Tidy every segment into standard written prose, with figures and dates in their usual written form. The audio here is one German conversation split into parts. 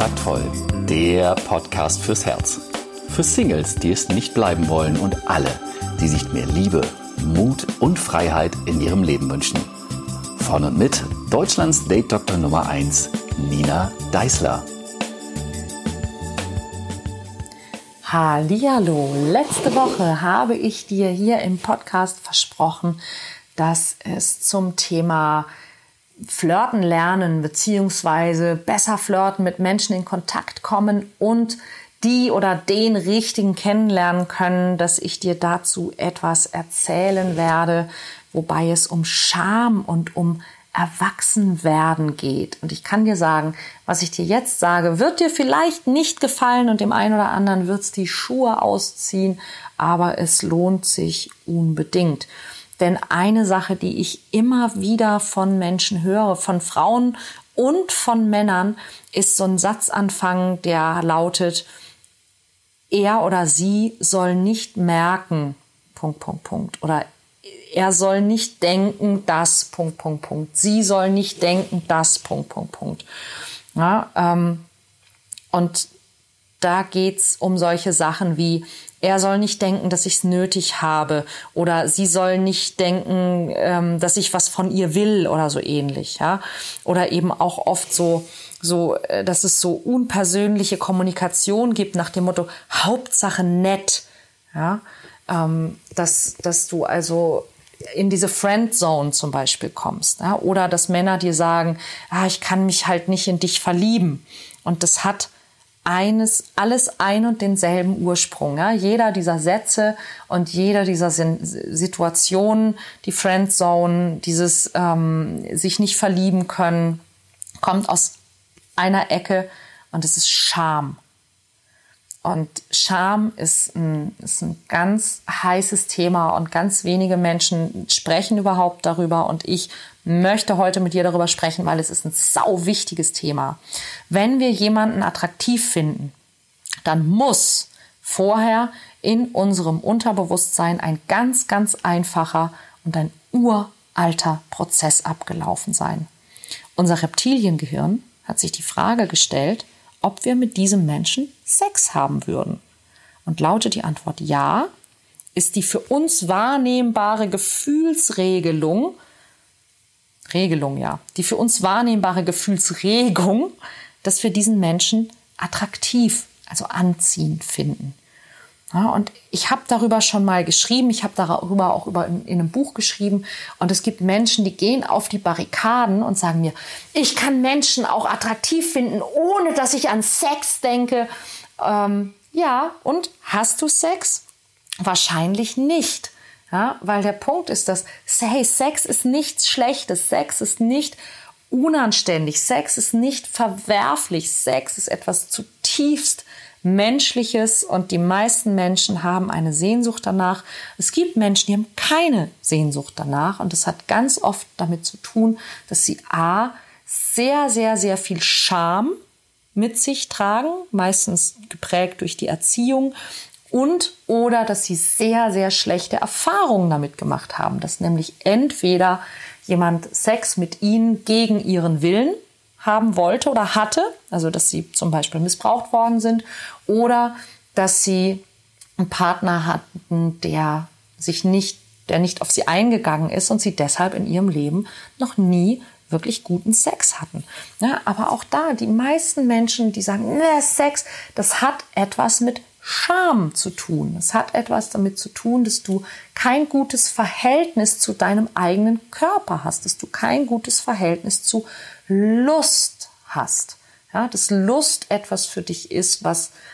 Kontaktvoll, der Podcast fürs Herz. Für Singles, die es nicht bleiben wollen und alle, die sich mehr Liebe, Mut und Freiheit in ihrem Leben wünschen. Von und mit Deutschlands Date-Doktor Nummer 1, Nina Deißler. Hallihallo, letzte Woche habe ich dir hier im Podcast versprochen, dass es zum Thema Flirten lernen bzw. besser flirten, mit Menschen in Kontakt kommen und die oder den Richtigen kennenlernen können, dass ich dir dazu etwas erzählen werde, wobei es um Scham und um Erwachsenwerden geht. Und ich kann dir sagen, was ich dir jetzt sage, wird dir vielleicht nicht gefallen und dem einen oder anderen wird es die Schuhe ausziehen, aber es lohnt sich unbedingt. Denn eine Sache, die ich immer wieder von Menschen höre, von Frauen und von Männern, ist so ein Satzanfang, der lautet: Er oder sie soll nicht merken, ... Oder er soll nicht denken, dass, ... Sie soll nicht denken, dass, ... Ja, und da geht's um solche Sachen wie: Er soll nicht denken, dass ich es nötig habe, oder sie soll nicht denken, dass ich was von ihr will oder so ähnlich. Ja? Oder eben auch oft so, dass es so unpersönliche Kommunikation gibt nach dem Motto Hauptsache nett. Ja? Dass du also in diese Friendzone zum Beispiel kommst. Ja? Oder dass Männer dir sagen, ich kann mich halt nicht in dich verlieben. Und das hat alles ein und denselben Ursprung. Ja? Jeder dieser Sätze und jeder dieser Situationen, die Friendzone, dieses sich nicht verlieben können, kommt aus einer Ecke, und es ist Scham. Und Scham ist ein ganz heißes Thema und ganz wenige Menschen sprechen überhaupt darüber, und ich möchte heute mit dir darüber sprechen, weil es ist ein sau wichtiges Thema. Wenn wir jemanden attraktiv finden, dann muss vorher in unserem Unterbewusstsein ein ganz, ganz einfacher und ein uralter Prozess abgelaufen sein. Unser Reptiliengehirn hat sich die Frage gestellt, ob wir mit diesem Menschen Sex haben würden. Und lautet die Antwort ja, ist die für uns wahrnehmbare Gefühlsregelung, die für uns wahrnehmbare Gefühlsregung, dass wir diesen Menschen attraktiv, also anziehend finden. Ja, und ich habe darüber schon mal geschrieben, ich habe darüber auch in einem Buch geschrieben, und es gibt Menschen, die gehen auf die Barrikaden und sagen mir, ich kann Menschen auch attraktiv finden, ohne dass ich an Sex denke. Ja, und hast du Sex? Wahrscheinlich nicht. Ja, weil der Punkt ist, dass Sex ist nichts Schlechtes, Sex ist nicht unanständig, Sex ist nicht verwerflich, Sex ist etwas zutiefst Menschliches, und die meisten Menschen haben eine Sehnsucht danach. Es gibt Menschen, die haben keine Sehnsucht danach, und das hat ganz oft damit zu tun, dass sie sehr, sehr, sehr viel Scham mit sich tragen, meistens geprägt durch die Erziehung, oder dass sie sehr, sehr schlechte Erfahrungen damit gemacht haben, dass nämlich entweder jemand Sex mit ihnen gegen ihren Willen haben wollte oder hatte, also dass sie zum Beispiel missbraucht worden sind, oder dass sie einen Partner hatten, der nicht auf sie eingegangen ist und sie deshalb in ihrem Leben noch nie wirklich guten Sex hatten. Ja, aber auch da, die meisten Menschen, die sagen, Sex, das hat etwas mit Scham zu tun. Es hat etwas damit zu tun, dass du kein gutes Verhältnis zu deinem eigenen Körper hast, dass du kein gutes Verhältnis zu Lust hast. Ja, dass Lust etwas für dich ist,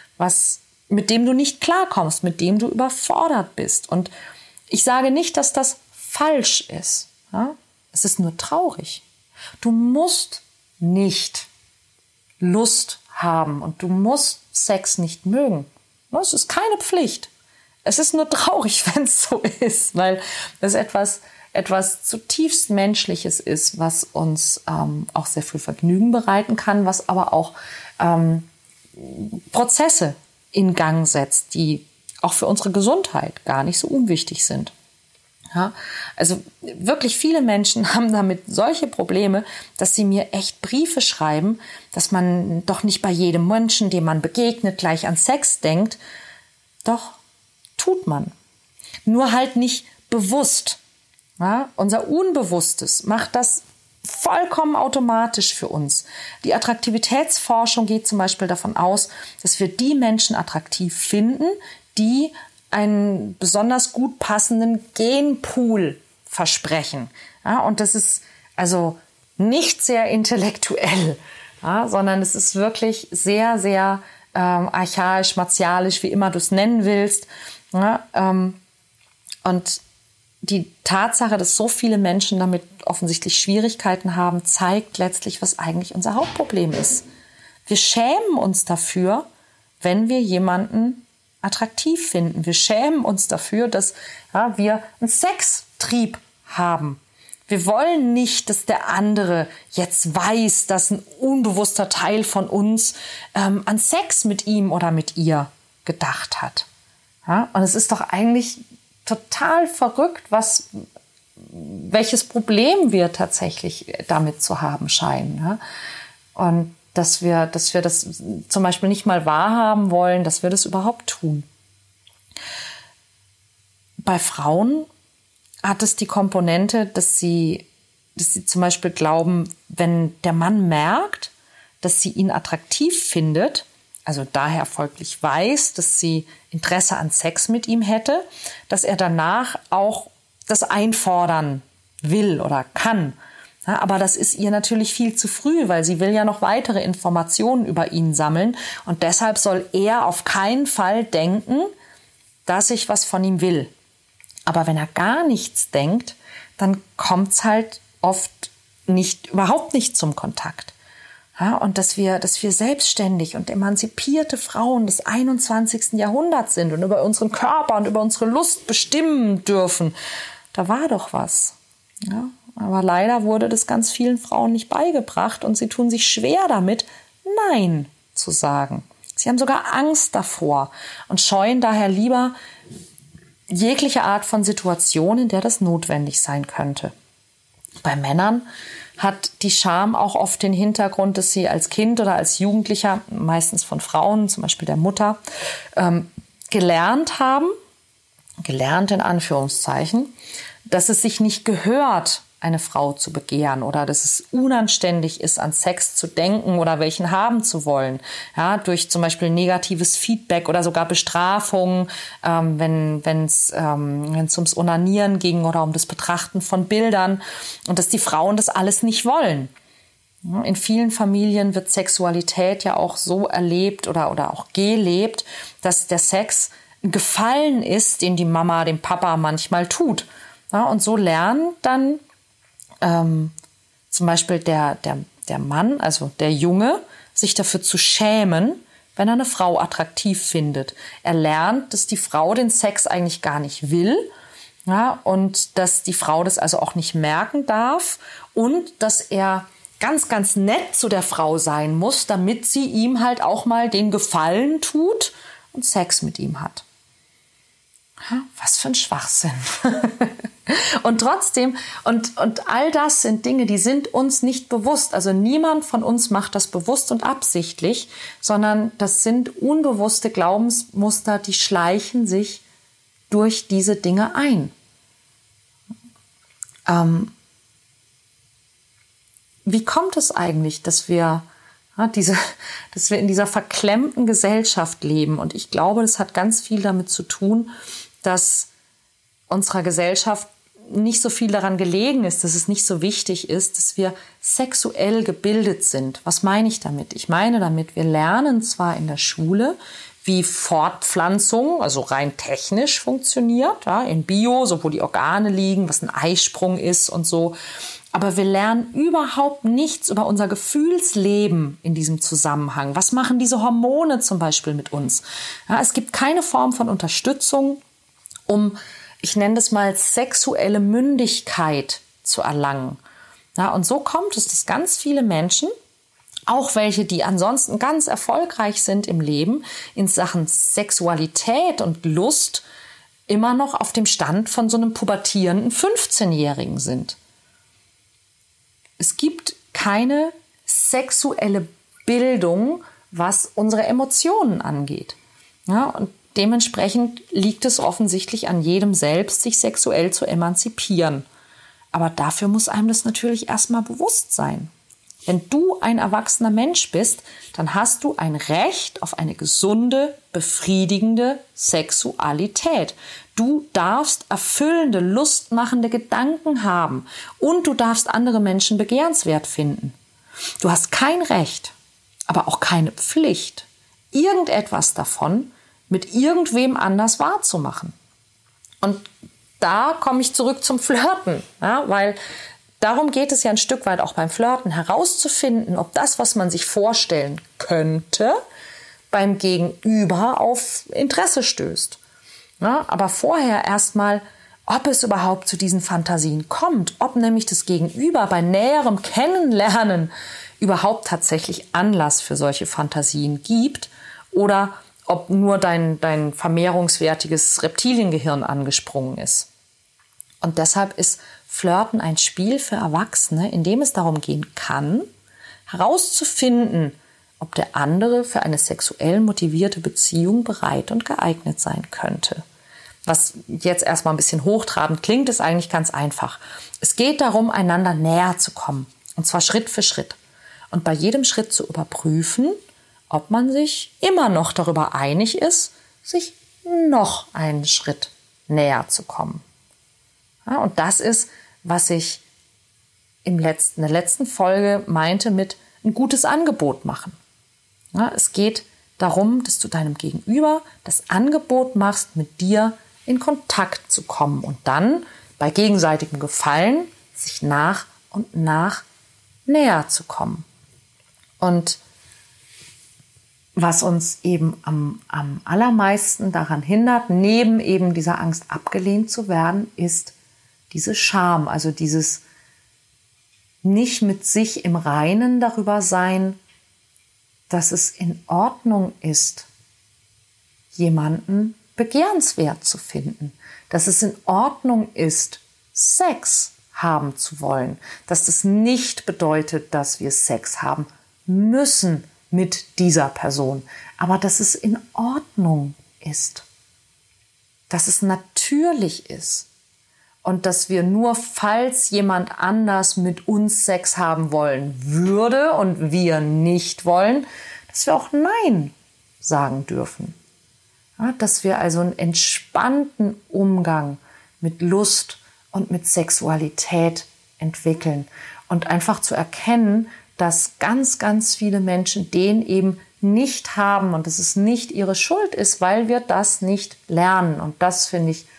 mit dem du nicht klarkommst, mit dem du überfordert bist. Und ich sage nicht, dass das falsch ist. Ja? Es ist nur traurig. Du musst nicht Lust haben und du musst Sex nicht mögen. Es ist keine Pflicht. Es ist nur traurig, wenn es so ist, weil es etwas zutiefst Menschliches ist, was uns auch sehr viel Vergnügen bereiten kann, was aber auch Prozesse in Gang setzt, die auch für unsere Gesundheit gar nicht so unwichtig sind. Ja, also wirklich viele Menschen haben damit solche Probleme, dass sie mir echt Briefe schreiben, dass man doch nicht bei jedem Menschen, dem man begegnet, gleich an Sex denkt. Doch, tut man. Nur halt nicht bewusst. Ja, unser Unbewusstes macht das vollkommen automatisch für uns. Die Attraktivitätsforschung geht zum Beispiel davon aus, dass wir die Menschen attraktiv finden, die einen besonders gut passenden Genpool versprechen. Ja, und das ist also nicht sehr intellektuell, ja, sondern es ist wirklich sehr, sehr archaisch, martialisch, wie immer du es nennen willst. Ja, und die Tatsache, dass so viele Menschen damit offensichtlich Schwierigkeiten haben, zeigt letztlich, was eigentlich unser Hauptproblem ist. Wir schämen uns dafür, wenn wir jemanden attraktiv finden. Wir schämen uns dafür, dass wir einen Sextrieb haben. Wir wollen nicht, dass der andere jetzt weiß, dass ein unbewusster Teil von uns an Sex mit ihm oder mit ihr gedacht hat. Ja? Und es ist doch eigentlich total verrückt, welches Problem wir tatsächlich damit zu haben scheinen. Ja? Und dass wir das zum Beispiel nicht mal wahrhaben wollen, dass wir das überhaupt tun. Bei Frauen hat es die Komponente, dass sie zum Beispiel glauben, wenn der Mann merkt, dass sie ihn attraktiv findet, also daher folglich weiß, dass sie Interesse an Sex mit ihm hätte, dass er danach auch das einfordern will oder kann. Ja, aber das ist ihr natürlich viel zu früh, weil sie will ja noch weitere Informationen über ihn sammeln. Und deshalb soll er auf keinen Fall denken, dass ich was von ihm will. Aber wenn er gar nichts denkt, dann kommt es halt oft überhaupt nicht zum Kontakt. Ja, und dass wir selbstständig und emanzipierte Frauen des 21. Jahrhunderts sind und über unseren Körper und über unsere Lust bestimmen dürfen, da war doch was. Ja, aber leider wurde das ganz vielen Frauen nicht beigebracht und sie tun sich schwer damit, Nein zu sagen. Sie haben sogar Angst davor und scheuen daher lieber jegliche Art von Situation, in der das notwendig sein könnte. Bei Männern hat die Scham auch oft den Hintergrund, dass sie als Kind oder als Jugendlicher, meistens von Frauen, zum Beispiel der Mutter, gelernt in Anführungszeichen, dass es sich nicht gehört, eine Frau zu begehren oder dass es unanständig ist, an Sex zu denken oder welchen haben zu wollen. Ja, durch zum Beispiel negatives Feedback oder sogar Bestrafungen, wenn es ums Onanieren ging oder um das Betrachten von Bildern und dass die Frauen das alles nicht wollen. In vielen Familien wird Sexualität ja auch so erlebt oder auch gelebt, dass der Sex ein Gefallen ist, den die Mama dem Papa manchmal tut. Ja, und so lernt dann zum Beispiel der Mann, also der Junge, sich dafür zu schämen, wenn er eine Frau attraktiv findet. Er lernt, dass die Frau den Sex eigentlich gar nicht will, ja, und dass die Frau das also auch nicht merken darf und dass er ganz, ganz nett zu der Frau sein muss, damit sie ihm halt auch mal den Gefallen tut und Sex mit ihm hat. Ja, was für ein Schwachsinn. Und trotzdem, und all das sind Dinge, die sind uns nicht bewusst. Also niemand von uns macht das bewusst und absichtlich, sondern das sind unbewusste Glaubensmuster, die schleichen sich durch diese Dinge ein. Wie kommt es eigentlich, dass wir in dieser verklemmten Gesellschaft leben? Und ich glaube, das hat ganz viel damit zu tun, dass unserer Gesellschaft nicht so viel daran gelegen ist, dass es nicht so wichtig ist, dass wir sexuell gebildet sind. Was meine ich damit? Ich meine damit, wir lernen zwar in der Schule, wie Fortpflanzung, also rein technisch funktioniert, ja, in Bio, so wo die Organe liegen, was ein Eisprung ist und so. Aber wir lernen überhaupt nichts über unser Gefühlsleben in diesem Zusammenhang. Was machen diese Hormone zum Beispiel mit uns? Ja, es gibt keine Form von Unterstützung, um, ich nenne das mal, sexuelle Mündigkeit zu erlangen. Ja, und so kommt es, dass ganz viele Menschen, auch welche, die ansonsten ganz erfolgreich sind im Leben, in Sachen Sexualität und Lust immer noch auf dem Stand von so einem pubertierenden 15-Jährigen sind. Es gibt keine sexuelle Bildung, was unsere Emotionen angeht. Ja, und dementsprechend liegt es offensichtlich an jedem selbst, sich sexuell zu emanzipieren. Aber dafür muss einem das natürlich erstmal bewusst sein. Wenn du ein erwachsener Mensch bist, dann hast du ein Recht auf eine gesunde, befriedigende Sexualität. Du darfst erfüllende, lustmachende Gedanken haben und du darfst andere Menschen begehrenswert finden. Du hast kein Recht, aber auch keine Pflicht, irgendetwas davon mit irgendwem anders wahrzumachen. Und da komme ich zurück zum Flirten, ja, weil darum geht es ja ein Stück weit auch beim Flirten, herauszufinden, ob das, was man sich vorstellen könnte, beim Gegenüber auf Interesse stößt. Ja, aber vorher erstmal, ob es überhaupt zu diesen Fantasien kommt, ob nämlich das Gegenüber bei näherem Kennenlernen überhaupt tatsächlich Anlass für solche Fantasien gibt oder ob nur dein vermehrungswertiges Reptiliengehirn angesprungen ist. Und deshalb ist Flirten ein Spiel für Erwachsene, in dem es darum gehen kann, herauszufinden, ob der andere für eine sexuell motivierte Beziehung bereit und geeignet sein könnte. Was jetzt erstmal ein bisschen hochtrabend klingt, ist eigentlich ganz einfach. Es geht darum, einander näher zu kommen, und zwar Schritt für Schritt. Und bei jedem Schritt zu überprüfen, ob man sich immer noch darüber einig ist, sich noch einen Schritt näher zu kommen. Ja, und das ist, was ich in der letzten Folge meinte mit ein gutes Angebot machen. Ja, es geht darum, dass du deinem Gegenüber das Angebot machst, mit dir in Kontakt zu kommen und dann bei gegenseitigem Gefallen sich nach und nach näher zu kommen. Und was uns eben am allermeisten daran hindert, neben eben dieser Angst abgelehnt zu werden, ist diese Scham, also dieses nicht mit sich im Reinen darüber sein, dass es in Ordnung ist, jemanden begehrenswert zu finden, dass es in Ordnung ist, Sex haben zu wollen, dass das nicht bedeutet, dass wir Sex haben müssen mit dieser Person, aber dass es in Ordnung ist, dass es natürlich ist und dass wir nur, falls jemand anders mit uns Sex haben wollen würde und wir nicht wollen, dass wir auch Nein sagen dürfen. Ja, dass wir also einen entspannten Umgang mit Lust und mit Sexualität entwickeln und einfach zu erkennen, dass ganz, ganz viele Menschen den eben nicht haben und dass es nicht ihre Schuld ist, weil wir das nicht lernen. Und das finde ich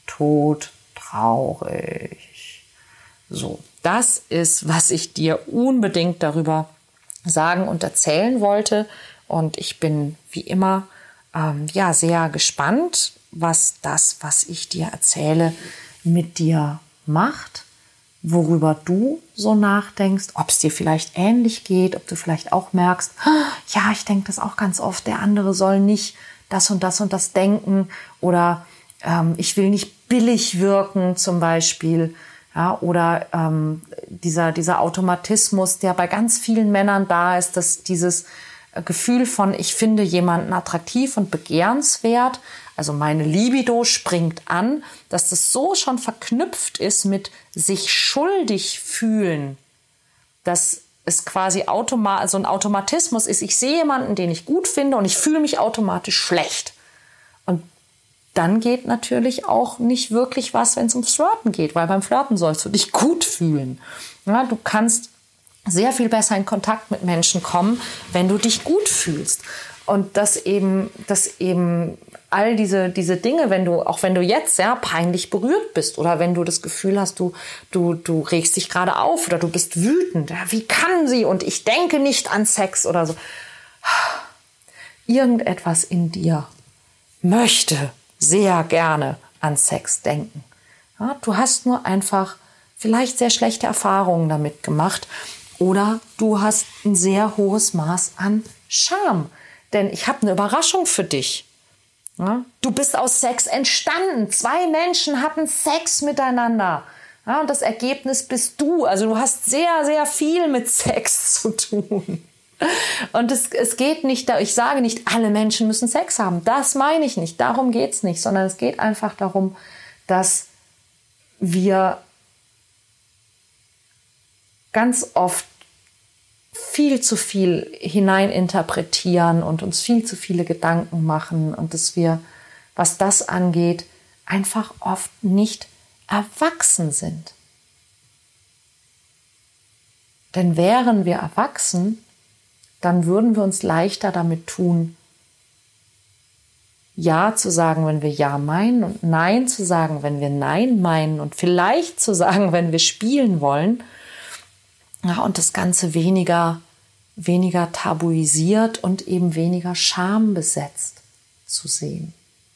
todtraurig. So, das ist, was ich dir unbedingt darüber sagen und erzählen wollte. Und ich bin wie immer sehr gespannt, was das, was ich dir erzähle, mit dir macht, worüber du so nachdenkst, ob es dir vielleicht ähnlich geht, ob du vielleicht auch merkst, ja, ich denke das auch ganz oft, der andere soll nicht das und das und das denken oder ich will nicht billig wirken zum Beispiel, ja, oder dieser Automatismus, der bei ganz vielen Männern da ist, dass dieses Gefühl von, ich finde jemanden attraktiv und begehrenswert, also meine Libido springt an, dass das so schon verknüpft ist mit sich schuldig fühlen, dass es quasi so ein Automatismus ist. Ich sehe jemanden, den ich gut finde und ich fühle mich automatisch schlecht. Und dann geht natürlich auch nicht wirklich was, wenn es ums Flirten geht, weil beim Flirten sollst du dich gut fühlen. Ja, du kannst sehr viel besser in Kontakt mit Menschen kommen, wenn du dich gut fühlst. Und dass eben all diese Dinge, wenn du jetzt peinlich berührt bist oder wenn du das Gefühl hast, du regst dich gerade auf oder du bist wütend, ja, wie kann sie und ich denke nicht an Sex oder so. Irgendetwas in dir möchte sehr gerne an Sex denken. Ja, du hast nur einfach vielleicht sehr schlechte Erfahrungen damit gemacht oder du hast ein sehr hohes Maß an Scham. Denn ich habe eine Überraschung für dich. Ja? Du bist aus Sex entstanden. 2 Menschen hatten Sex miteinander. Ja, und das Ergebnis bist du. Also du hast sehr, sehr viel mit Sex zu tun. Und es geht nicht, ich sage nicht, alle Menschen müssen Sex haben. Das meine ich nicht. Darum geht es nicht. Sondern es geht einfach darum, dass wir ganz oft viel zu viel hineininterpretieren und uns viel zu viele Gedanken machen und dass wir, was das angeht, einfach oft nicht erwachsen sind. Denn wären wir erwachsen, dann würden wir uns leichter damit tun, Ja zu sagen, wenn wir Ja meinen und Nein zu sagen, wenn wir Nein meinen und vielleicht zu sagen, wenn wir spielen wollen. Ja, und das Ganze weniger tabuisiert und eben weniger schambesetzt zu sehen.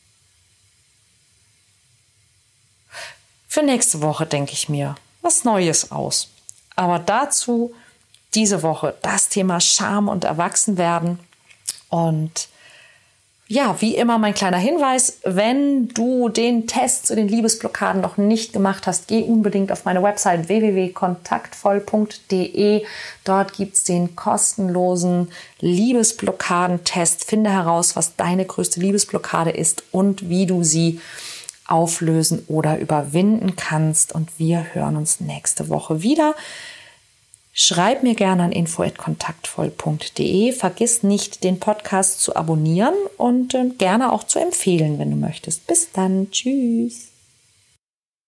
Für nächste Woche denke ich mir was Neues aus. Aber dazu diese Woche das Thema Scham und Erwachsenwerden. Und ja, wie immer mein kleiner Hinweis, wenn du den Test zu den Liebesblockaden noch nicht gemacht hast, geh unbedingt auf meine Website www.kontaktvoll.de. Dort gibt es den kostenlosen Liebesblockadentest. Finde heraus, was deine größte Liebesblockade ist und wie du sie auflösen oder überwinden kannst. Und wir hören uns nächste Woche wieder. Schreib mir gerne an info@kontaktvoll.de. Vergiss nicht, den Podcast zu abonnieren und gerne auch zu empfehlen, wenn du möchtest. Bis dann. Tschüss.